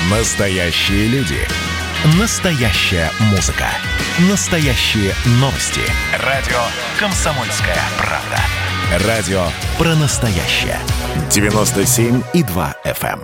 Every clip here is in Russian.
Настоящие люди. Настоящая музыка. Настоящие новости. Радио «Комсомольская правда». Радио про настоящее. 97,2 FM.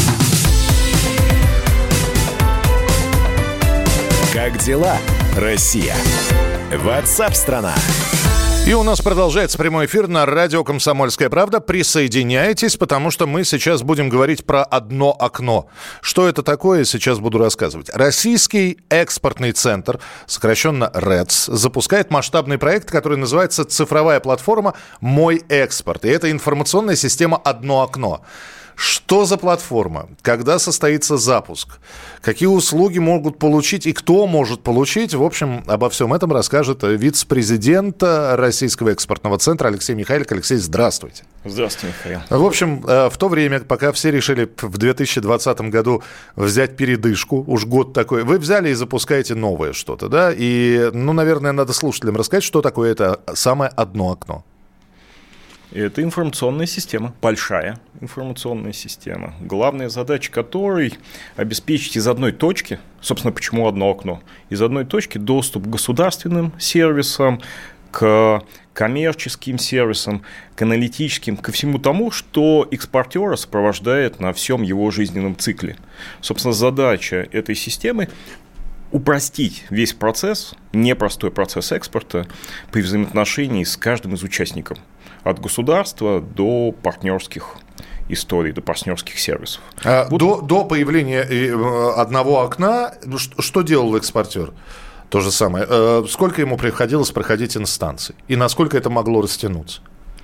Как дела, Россия? WhatsApp-страна. И у нас продолжается прямой эфир на радио «Комсомольская правда». Присоединяйтесь, потому что мы сейчас будем говорить про одно окно. Что это такое, сейчас буду рассказывать. Российский экспортный центр, сокращенно РЭЦ, запускает масштабный проект, который называется «Цифровая платформа «Мой экспорт». И это информационная система «Одно окно». Что за платформа? Когда состоится запуск? Какие услуги могут получить и кто может получить? В общем, обо всем этом расскажет вице-президент Российского экспортного центра Алексей Михайлик. Алексей, здравствуйте. Здравствуйте, Михаил. В общем, в то время, пока все решили в 2020 году взять передышку, уж год такой, вы взяли и запускаете новое что-то, да? И, наверное, надо слушателям рассказать, что такое это самое «Одно окно». Это информационная система, большая информационная система, главная задача которой – обеспечить из одной точки, собственно, почему одно окно, из одной точки доступ к государственным сервисам, к коммерческим сервисам, к аналитическим, ко всему тому, что экспортера сопровождает на всем его жизненном цикле. Собственно, задача этой системы – упростить весь процесс, непростой процесс экспорта при взаимоотношении с каждым из участников. От государства до партнерских историй, до партнерских сервисов. До появления одного окна что делал экспортер? То же самое. Сколько ему приходилось проходить инстанций? И насколько это могло растянуться?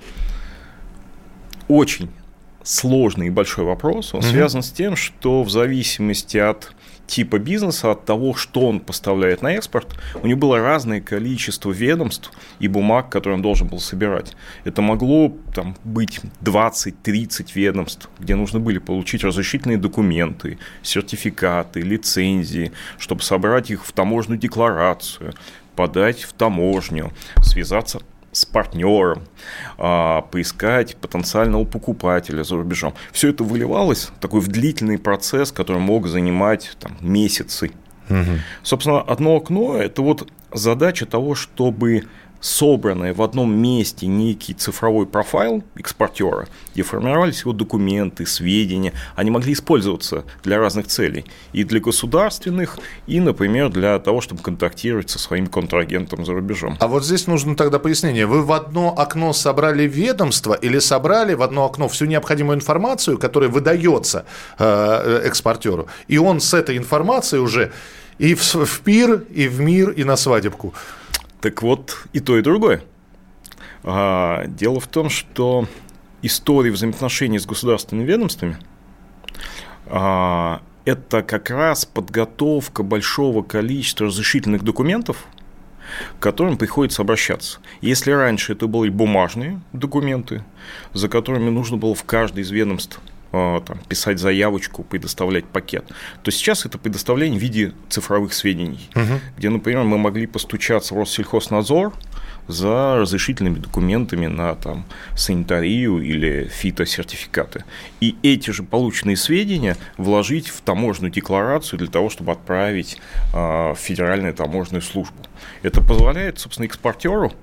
Очень сложный и большой вопрос. Он связан с тем, что в зависимости от типа бизнеса, от того, что он поставляет на экспорт, у него было разное количество ведомств и бумаг, которые он должен был собирать. Это могло быть 20-30 ведомств, где нужно были получить разрешительные документы, сертификаты, лицензии, чтобы собрать их в таможенную декларацию, подать в таможню, связаться с партнером, поискать потенциального покупателя за рубежом. Все это выливалось такой в длительный процесс, который мог занимать месяцы. Собственно, одно окно – это задача того, чтобы собранный в одном месте некий цифровой профайл экспортера, где формировались его документы, сведения, они могли использоваться для разных целей. И для государственных, и, например, для того, чтобы контактировать со своим контрагентом за рубежом. А вот здесь нужно тогда пояснение. Вы в одно окно собрали ведомство или собрали в одно окно всю необходимую информацию, которая выдается экспортеру, и он с этой информацией уже и в пир, и в мир, и на свадебку? Так вот, и то, и другое. Дело в том, что история взаимоотношений с государственными ведомствами – это как раз подготовка большого количества разрешительных документов, к которым приходится обращаться. Если раньше это были бумажные документы, за которыми нужно было в каждое из ведомств писать заявочку, предоставлять пакет, то сейчас это предоставление в виде цифровых сведений, где, например, мы могли постучаться в Россельхознадзор за разрешительными документами на санитарию или фитосертификаты. И эти же полученные сведения вложить в таможенную декларацию для того, чтобы отправить в Федеральную таможенную службу. Это позволяет, собственно, экспортеру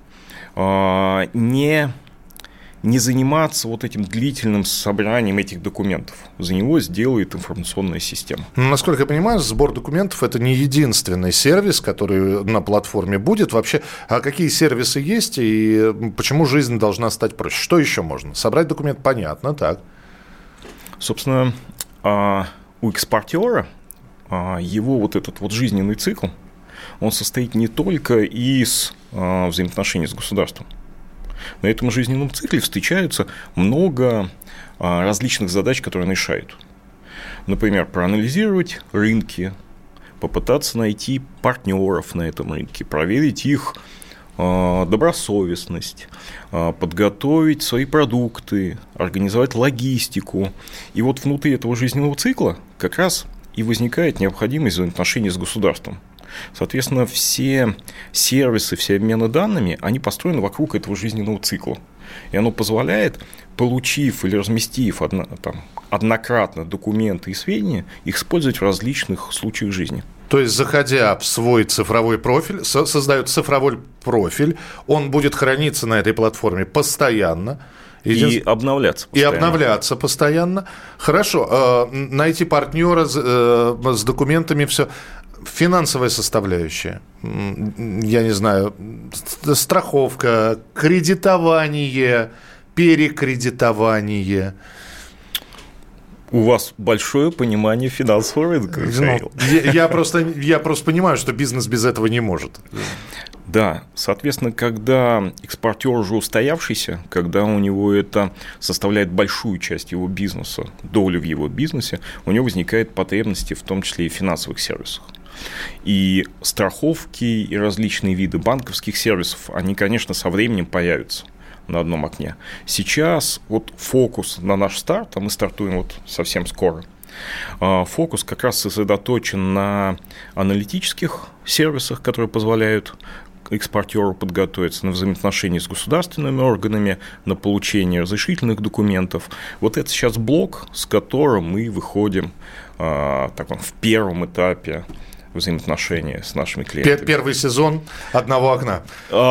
не заниматься этим длительным собранием этих документов. За него сделает информационная система. Насколько я понимаю, сбор документов – это не единственный сервис, который на платформе будет. Вообще, а какие сервисы есть и почему жизнь должна стать проще? Что еще можно? Собрать документ, понятно, так. Собственно, у экспортера его этот жизненный цикл, он состоит не только из взаимоотношений с государством. На этом жизненном цикле встречаются много различных задач, которые он решает. Например, проанализировать рынки, попытаться найти партнеров на этом рынке, проверить их добросовестность, подготовить свои продукты, организовать логистику. И внутри этого жизненного цикла как раз и возникает необходимость взаимоотношений с государством. Соответственно, все сервисы, все обмены данными, они построены вокруг этого жизненного цикла. И оно позволяет, получив или разместив однократно документы и сведения, их использовать в различных случаях жизни. То есть, заходя в свой цифровой профиль, создает цифровой профиль, он будет храниться на этой платформе постоянно. И обновляться постоянно. И обновляться постоянно. Хорошо. Найти партнера с документами, все. Финансовая составляющая. Я не знаю. Страховка, кредитование, перекредитование. У вас большое понимание финансового рынка, Михаил. Я просто понимаю, что бизнес без этого не может. Да, соответственно, когда экспортер уже устоявшийся, когда у него это составляет большую часть его бизнеса, долю в его бизнесе, у него возникают потребности, в том числе и в финансовых сервисах. И страховки, и различные виды банковских сервисов, они, конечно, со временем появятся на одном окне. Сейчас вот фокус на наш старт, а мы стартуем вот совсем скоро, фокус как раз сосредоточен на аналитических сервисах, которые позволяют экспортеру подготовиться, на взаимоотношения с государственными органами, на получение разрешительных документов. Вот это сейчас блок, с которым мы выходим в первом этапе взаимоотношения с нашими клиентами. Первый сезон «Одного окна».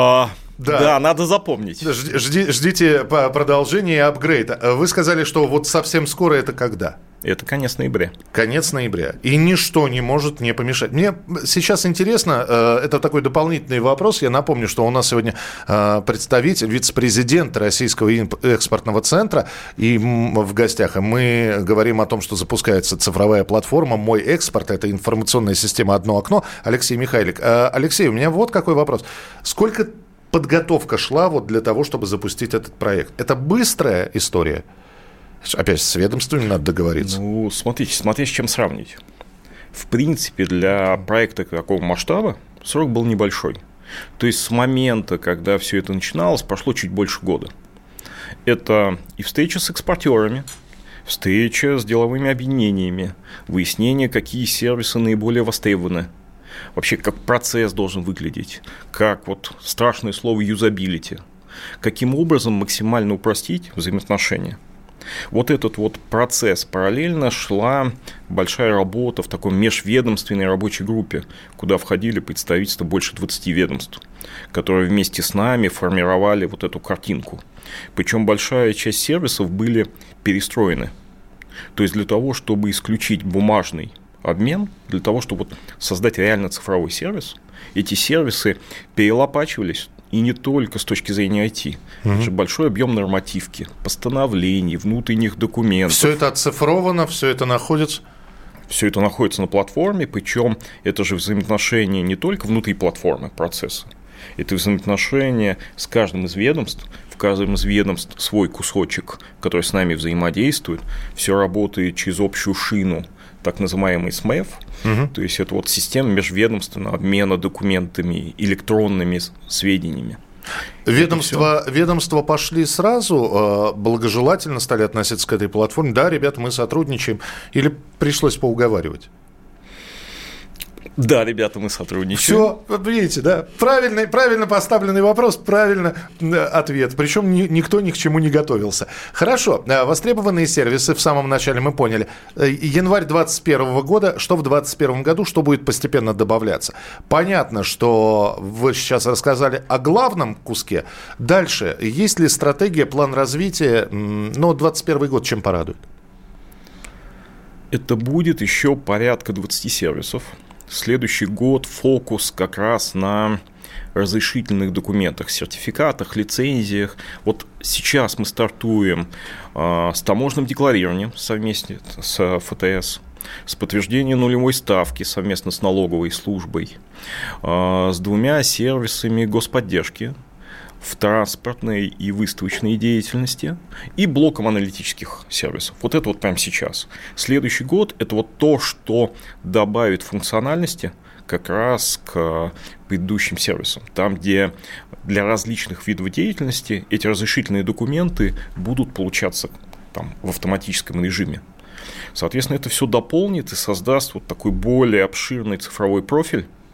Да, надо запомнить. Ждите продолжения и апгрейда. Вы сказали, что вот совсем скоро это когда? Это конец ноября. Конец ноября. И ничто не может не помешать. Мне сейчас интересно, это такой дополнительный вопрос. Я напомню, что у нас сегодня представитель, вице-президент Российского экспортного центра и в гостях. И мы говорим о том, что запускается цифровая платформа «Мой экспорт». Это информационная система «Одно окно». Алексей Михайлик. Алексей, у меня вот какой вопрос. Сколько подготовка шла вот для того, чтобы запустить этот проект? Это быстрая история? Опять с ведомствами надо договориться. Ну, смотрите, с чем сравнить. В принципе, для проекта такого масштаба срок был небольшой. То есть, с момента, когда все это начиналось, прошло чуть больше года. Это и встреча с экспортерами, встреча с деловыми объединениями, выяснение, какие сервисы наиболее востребованы, вообще, как процесс должен выглядеть, как вот страшное слово юзабилити, каким образом максимально упростить взаимоотношения. Вот этот вот процесс параллельно шла большая работа в такой межведомственной рабочей группе, куда входили представительства больше 20 ведомств, которые вместе с нами формировали вот эту картинку. Причем большая часть сервисов были перестроены. То есть для того, чтобы исключить бумажный обмен, для того, чтобы создать реально цифровой сервис, эти сервисы перелопачивались. И не только с точки зрения IT. Это же большой объем нормативки, постановлений, внутренних документов. Все это оцифровано, все это находится? Все это находится на платформе, причем это же взаимоотношения не только внутри платформы процесса, это взаимоотношения с каждым из ведомств. В каждом из ведомств свой кусочек, который с нами взаимодействует. Все работает через общую шину, так называемый СМЭФ. То есть, это вот система межведомственного обмена документами, электронными сведениями. Ведомства пошли сразу, благожелательно стали относиться к этой платформе. Да, ребята, мы сотрудничаем. Или пришлось поуговаривать? Да, ребята, мы сотрудничаем. Все, видите, да, правильно поставленный вопрос, правильно ответ. Причем никто ни к чему не готовился. Хорошо, востребованные сервисы в самом начале мы поняли. Январь 2021 года, что в 2021 году, что будет постепенно добавляться. Понятно, что вы сейчас рассказали о главном куске. Дальше, есть ли стратегия, план развития? 2021 год чем порадует? Это будет еще порядка 20 сервисов. Следующий год фокус как раз на разрешительных документах, сертификатах, лицензиях. Вот сейчас мы стартуем с таможенным декларированием совместно с ФТС, с подтверждением нулевой ставки совместно с налоговой службой, с 2 сервисами господдержки в транспортной и выставочной деятельности и блоком аналитических сервисов. Вот это вот прямо сейчас. Следующий год – это вот то, что добавит функциональности как раз к предыдущим сервисам. Там, где для различных видов деятельности эти разрешительные документы будут получаться там, в автоматическом режиме. Соответственно, это все дополнит и создаст вот такой более обширный цифровой профиль,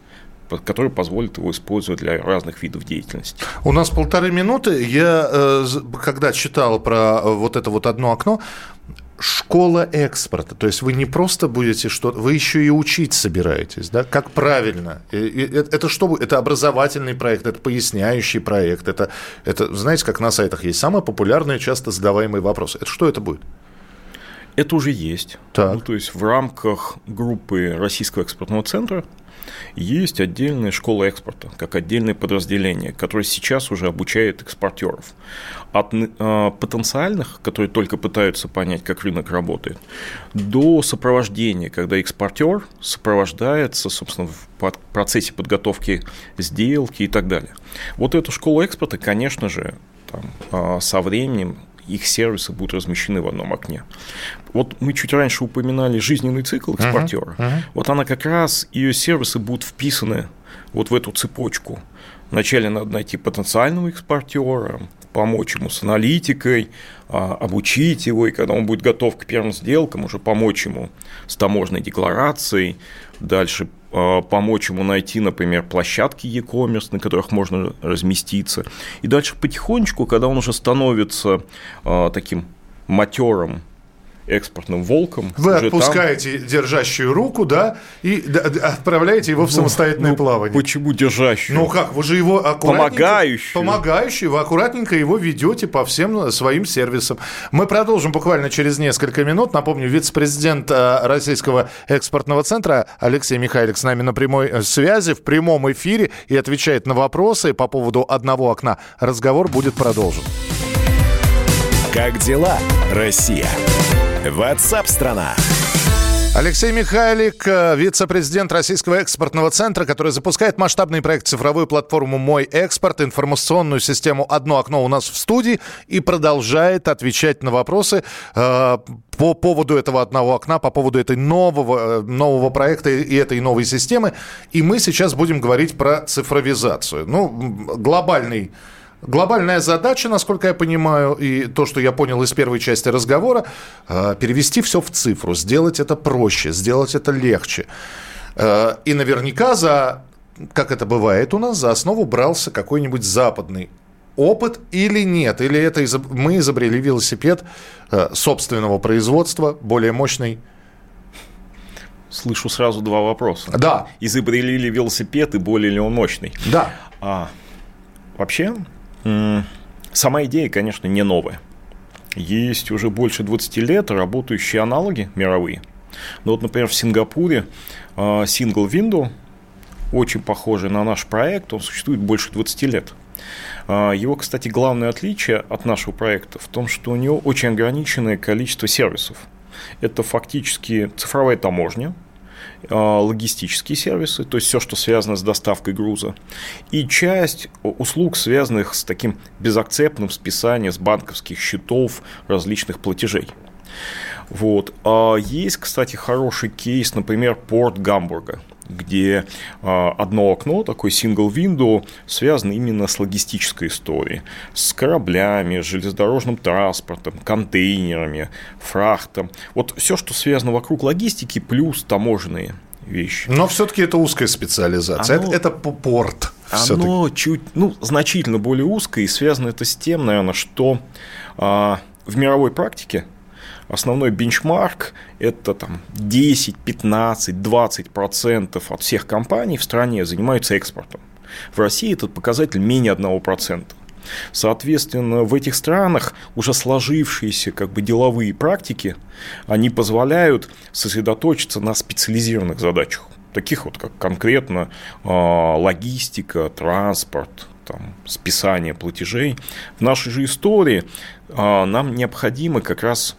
который позволит его использовать для разных видов деятельности. У нас 1,5 минуты. Я, когда читал про вот это вот одно окно, школа экспорта. То есть вы не просто будете что-то, вы еще и учить собираетесь, да? Как правильно? Это что будет? Это образовательный проект, это поясняющий проект. Это, знаете, как на сайтах есть самый популярный, часто задаваемый вопрос. Это что это будет? Это уже есть. Так. То есть в рамках группы Российского экспортного центра есть отдельная школа экспорта, как отдельное подразделение, которое сейчас уже обучает экспортеров. От потенциальных, которые только пытаются понять, как рынок работает, до сопровождения, когда экспортер сопровождается, собственно, в процессе подготовки сделки и так далее. Вот эту школу экспорта, конечно же, со временем их сервисы будут размещены в одном окне. Вот мы чуть раньше упоминали жизненный цикл экспортера. Вот она как раз, ее сервисы будут вписаны вот в эту цепочку. Вначале надо найти потенциального экспортера, помочь ему с аналитикой, обучить его, и когда он будет готов к первым сделкам, уже помочь ему с таможенной декларацией, дальше помочь ему найти, например, площадки e-commerce, на которых можно разместиться. И дальше потихонечку, когда он уже становится таким матерым экспортным волком. Вы отпускаете держащую руку, да, и отправляете его в самостоятельное плавание. Почему держащую? Ну как, вы же его аккуратненько... Помогающую, вы аккуратненько его ведете по всем своим сервисам. Мы продолжим буквально через несколько минут. Напомню, вице-президент Российского экспортного центра Алексей Михайлик с нами на прямой связи, в прямом эфире, и отвечает на вопросы по поводу одного окна. Разговор будет продолжен. Как дела, Россия? WhatsApp-страна. Алексей Михайлик, вице-президент Российского экспортного центра, который запускает масштабный проект цифровую платформу «Мой экспорт», информационную систему «Одно окно» у нас в студии и продолжает отвечать на вопросы по поводу этого одного окна, по поводу этой нового проекта и этой новой системы. И мы сейчас будем говорить про цифровизацию. Глобальная задача, насколько я понимаю, и то, что я понял из первой части разговора, перевести все в цифру, сделать это проще, сделать это легче. И наверняка как это бывает у нас, за основу брался какой-нибудь западный опыт или нет? Или это мы изобрели велосипед собственного производства, более мощный? Слышу сразу два вопроса. Да. Изобрели ли велосипед и более ли он мощный? Да. Вообще... Сама идея, конечно, не новая. Есть уже больше 20 лет работающие аналоги мировые. Ну, вот, например, в Сингапуре Single Window, очень похожий на наш проект, он существует больше 20 лет. Его, кстати, главное отличие от нашего проекта в том, что у него очень ограниченное количество сервисов. Это фактически цифровая таможня, логистические сервисы, то есть все, что связано с доставкой груза, и часть услуг, связанных с таким безакцептным списанием с банковских счетов различных платежей. Вот. Есть, кстати, хороший кейс, например, порт Гамбурга, где одно окно, такой single window, связано именно с логистической историей, с кораблями, с железнодорожным транспортом, контейнерами, фрахтом. Вот все, что связано вокруг логистики, плюс таможенные вещи. Но все-таки это узкая специализация. Это порт. Оно значительно более узкое, и связано это с тем, наверное, что в мировой практике основной бенчмарк – это 10, 15, 20% от всех компаний в стране занимаются экспортом. В России этот показатель менее 1%. Соответственно, в этих странах уже сложившиеся деловые практики, они позволяют сосредоточиться на специализированных задачах, таких вот как конкретно логистика, транспорт, списание платежей. В нашей же истории нам необходимо как раз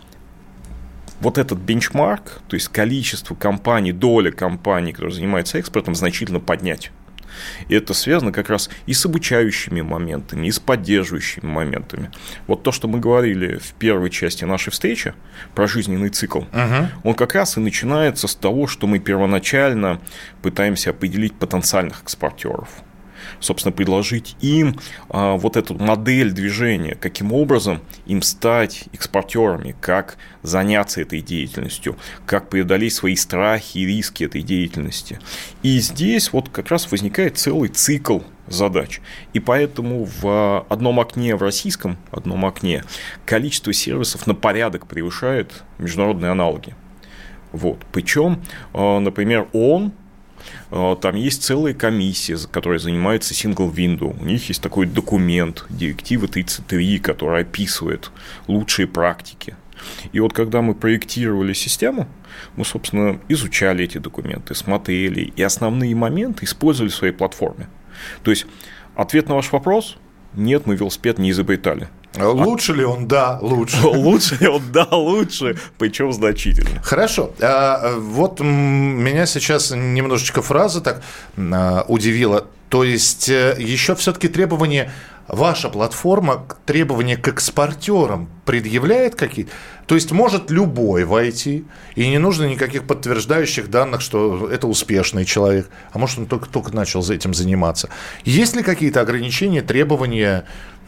вот этот бенчмарк, то есть количество компаний, доля компаний, которые занимаются экспортом, значительно поднять. И это связано как раз и с обучающими моментами, и с поддерживающими моментами. Вот то, что мы говорили в первой части нашей встречи про жизненный цикл, он как раз и начинается с того, что мы первоначально пытаемся определить потенциальных экспортеров. собственно, предложить им вот эту модель движения, каким образом им стать экспортерами, как заняться этой деятельностью, как преодолеть свои страхи и риски этой деятельности. И здесь вот как раз возникает целый цикл задач. И поэтому в одном окне, в российском одном окне, количество сервисов на порядок превышает международные аналоги. Вот. Причем, например, ООН, там есть целая комиссия, которая занимается single window. У них есть такой документ, директива 33, которая описывает лучшие практики. И вот когда мы проектировали систему, мы, собственно, изучали эти документы, смотрели и основные моменты использовали в своей платформе. То есть, ответ на ваш вопрос – нет, мы велосипед не изобретали. Лучше ли он? Да, лучше. Лучше ли он? Да, лучше, причем значительно. Хорошо. Вот меня сейчас немножечко фраза так удивила. То есть, еще все-таки требования, ваша платформа, требования к экспортерам предъявляет какие-то? То есть, может любой войти, и не нужно никаких подтверждающих данных, что это успешный человек, а может, он только начал этим заниматься. Есть ли какие-то ограничения, требования,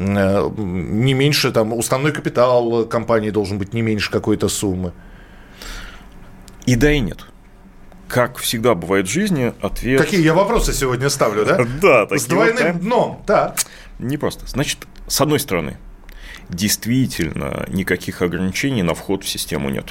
не меньше, там, уставной капитал компании должен быть не меньше какой-то суммы? И да, и нет. Как всегда бывает в жизни, ответ... Какие я вопросы сегодня ставлю, да? Да, такие. С двойным дном, да. Не просто. Значит, с одной стороны, действительно никаких ограничений на вход в систему нет.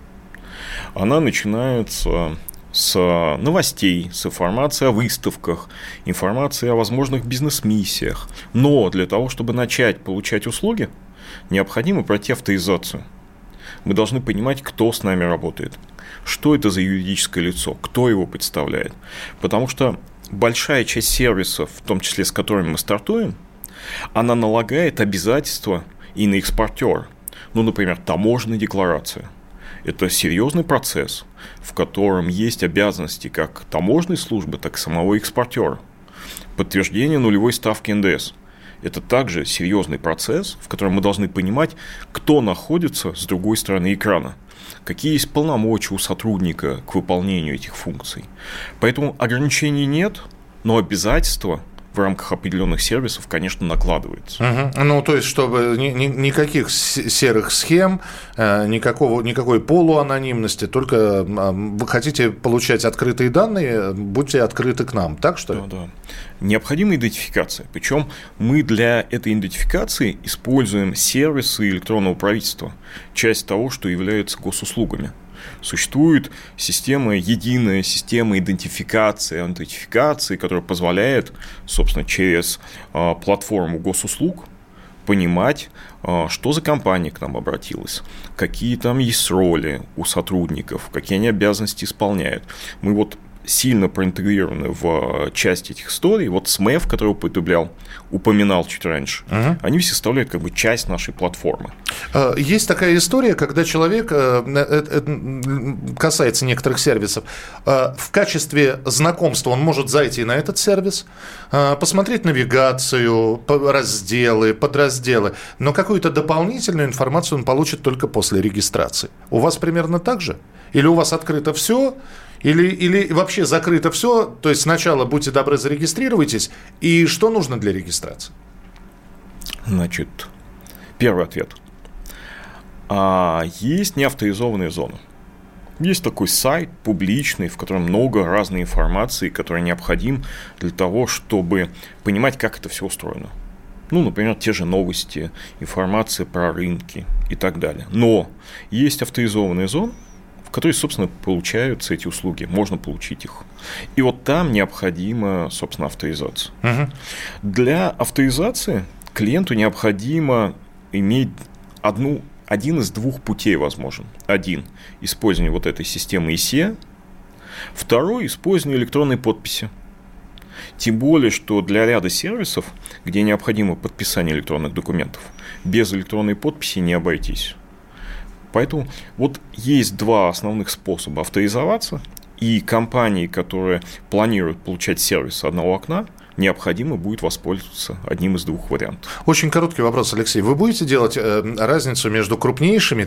Она начинается с новостей, с информации о выставках, информации о возможных бизнес-миссиях. Но для того, чтобы начать получать услуги, необходимо пройти авторизацию. Мы должны понимать, кто с нами работает, что это за юридическое лицо, кто его представляет. Потому что большая часть сервисов, в том числе с которыми мы стартуем, она налагает обязательства и на экспортера. Ну, например, таможенная декларация. Это серьезный процесс, в котором есть обязанности как таможенной службы, так и самого экспортера. Подтверждение нулевой ставки НДС. Это также серьезный процесс, в котором мы должны понимать, кто находится с другой стороны экрана, какие есть полномочия у сотрудника к выполнению этих функций. Поэтому ограничений нет, но обязательства в рамках определенных сервисов, конечно, накладывается. Угу. Ну, то есть, чтобы никаких серых схем, никакой полуанонимности, только вы хотите получать открытые данные, будьте открыты к нам, так что ли? Да. Необходима идентификация. Причем мы для этой идентификации используем сервисы электронного правительства, часть того, что является госуслугами. Существует единая система идентификации, аутентификации, которая позволяет, собственно, через платформу госуслуг понимать, что за компания к нам обратилась, какие там есть роли у сотрудников, какие они обязанности исполняют. Мы вот сильно проинтегрированы в часть этих историй. Вот СМЭФ, который упоминал чуть раньше, они все составляют как бы часть нашей платформы. Есть такая история, когда человек, касается некоторых сервисов, в качестве знакомства он может зайти на этот сервис, посмотреть навигацию, разделы, подразделы, но какую-то дополнительную информацию он получит только после регистрации. У вас примерно так же? Или у вас открыто все? Или вообще закрыто все, то есть сначала, будьте добры, зарегистрируйтесь, и что нужно для регистрации? Значит, первый ответ. Есть неавторизованные зоны. Есть такой сайт публичный, в котором много разной информации, которая необходима для того, чтобы понимать, как это все устроено. Ну, например, те же новости, информация про рынки и так далее. Но есть авторизованные зоны, в которой, собственно, получаются эти услуги, можно получить их. И вот там необходима, собственно, авторизация. Для авторизации клиенту необходимо иметь один из двух путей возможен. Один – использование вот этой системы ИСЕ, второй – использование электронной подписи. Тем более, что для ряда сервисов, где необходимо подписание электронных документов, без электронной подписи не обойтись. Поэтому вот есть два основных способа авторизоваться, и компании, которые планируют получать сервис одного окна, необходимо будет воспользоваться одним из двух вариантов. Очень короткий вопрос, Алексей. Вы будете делать разницу между крупнейшими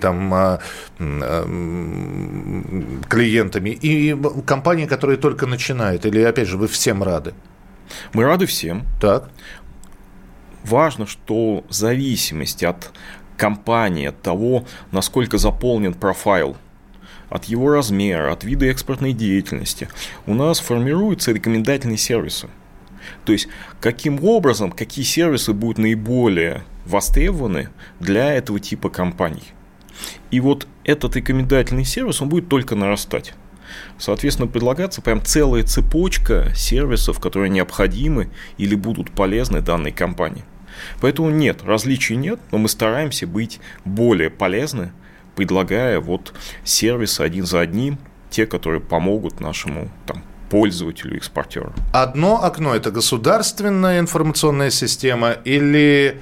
клиентами и компанией, которые только начинают? Или, опять же, вы всем рады? Мы рады всем. Так. Важно, что в зависимости от компании, от того, насколько заполнен профайл, от его размера, от вида экспортной деятельности, у нас формируются рекомендательные сервисы. То есть, каким образом, какие сервисы будут наиболее востребованы для этого типа компаний. И вот этот рекомендательный сервис, он будет только нарастать. Соответственно, предлагаться прям целая цепочка сервисов, которые необходимы или будут полезны данной компании. Поэтому нет, различий нет, но мы стараемся быть более полезны, предлагая вот сервисы один за одним, те, которые помогут нашему пользователю, экспортеру. Одно окно – это государственная информационная система или?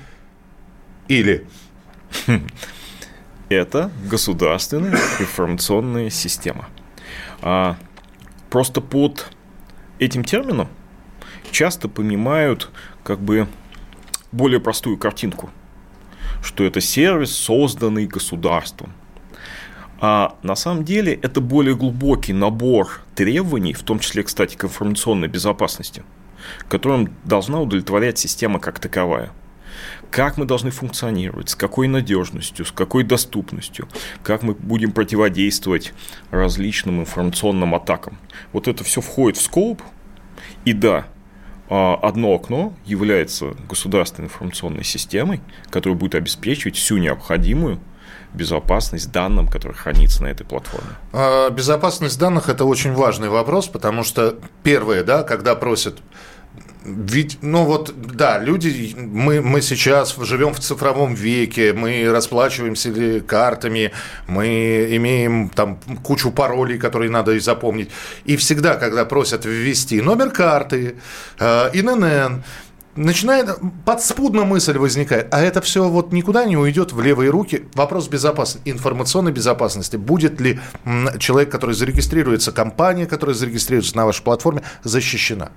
Это государственная информационная система. Просто под этим термином часто понимают более простую картинку, что это сервис, созданный государством. А на самом деле это более глубокий набор требований, в том числе, кстати, к информационной безопасности, которым должна удовлетворять система как таковая. Как мы должны функционировать, с какой надежностью, с какой доступностью, как мы будем противодействовать различным информационным атакам. Вот это все входит в скоуп. И да, одно окно является государственной информационной системой, которая будет обеспечивать всю необходимую безопасность данным, которые хранятся на этой платформе. Безопасность данных – это очень важный вопрос, потому что первое, когда просят... Ведь, люди, мы сейчас живем в цифровом веке, мы расплачиваемся картами, мы имеем кучу паролей, которые надо и запомнить. И всегда, когда просят ввести номер карты, ИНН, начинает подспудно мысль возникает, а это все никуда не уйдет в левые руки. Вопрос безопасности, информационной безопасности. Будет ли человек, который зарегистрируется, компания, которая зарегистрируется на вашей платформе, защищена?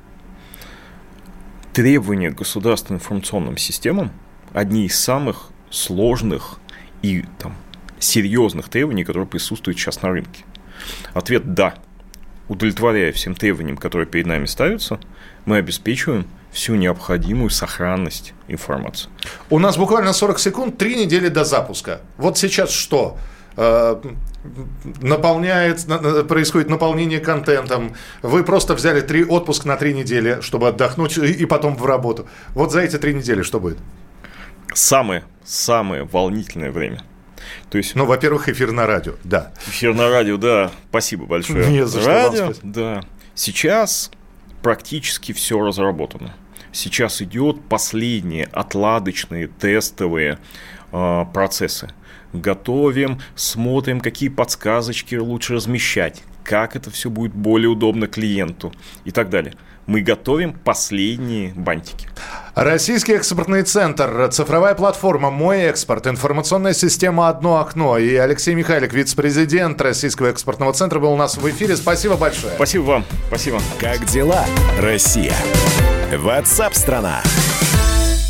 Требования к государственным информационным системам одни из самых сложных и серьезных требований, которые присутствуют сейчас на рынке. Ответ – да. Удовлетворяя всем требованиям, которые перед нами ставятся, мы обеспечиваем всю необходимую сохранность информации. У нас буквально 40 секунд, 3 недели до запуска. Вот сейчас что? Происходит наполнение контентом. Вы просто взяли отпуск на 3 недели, чтобы отдохнуть и потом в работу. Вот за эти 3 недели что будет? Самое волнительное время. То есть, во-первых, эфир на радио, да. Эфир на радио, да. Спасибо большое. Не за что. Радио, да. Сейчас практически все разработано. Сейчас идет последние отладочные тестовые процессы. Готовим, смотрим, какие подсказочки лучше размещать, как это все будет более удобно клиенту и так далее. Мы готовим последние бантики. Российский экспортный центр, цифровая платформа «Мой экспорт», информационная система «Одно окно». И Алексей Михайлик, вице-президент Российского экспортного центра, был у нас в эфире. Спасибо большое. Спасибо вам. Спасибо. Как дела, Россия? WhatsApp-страна.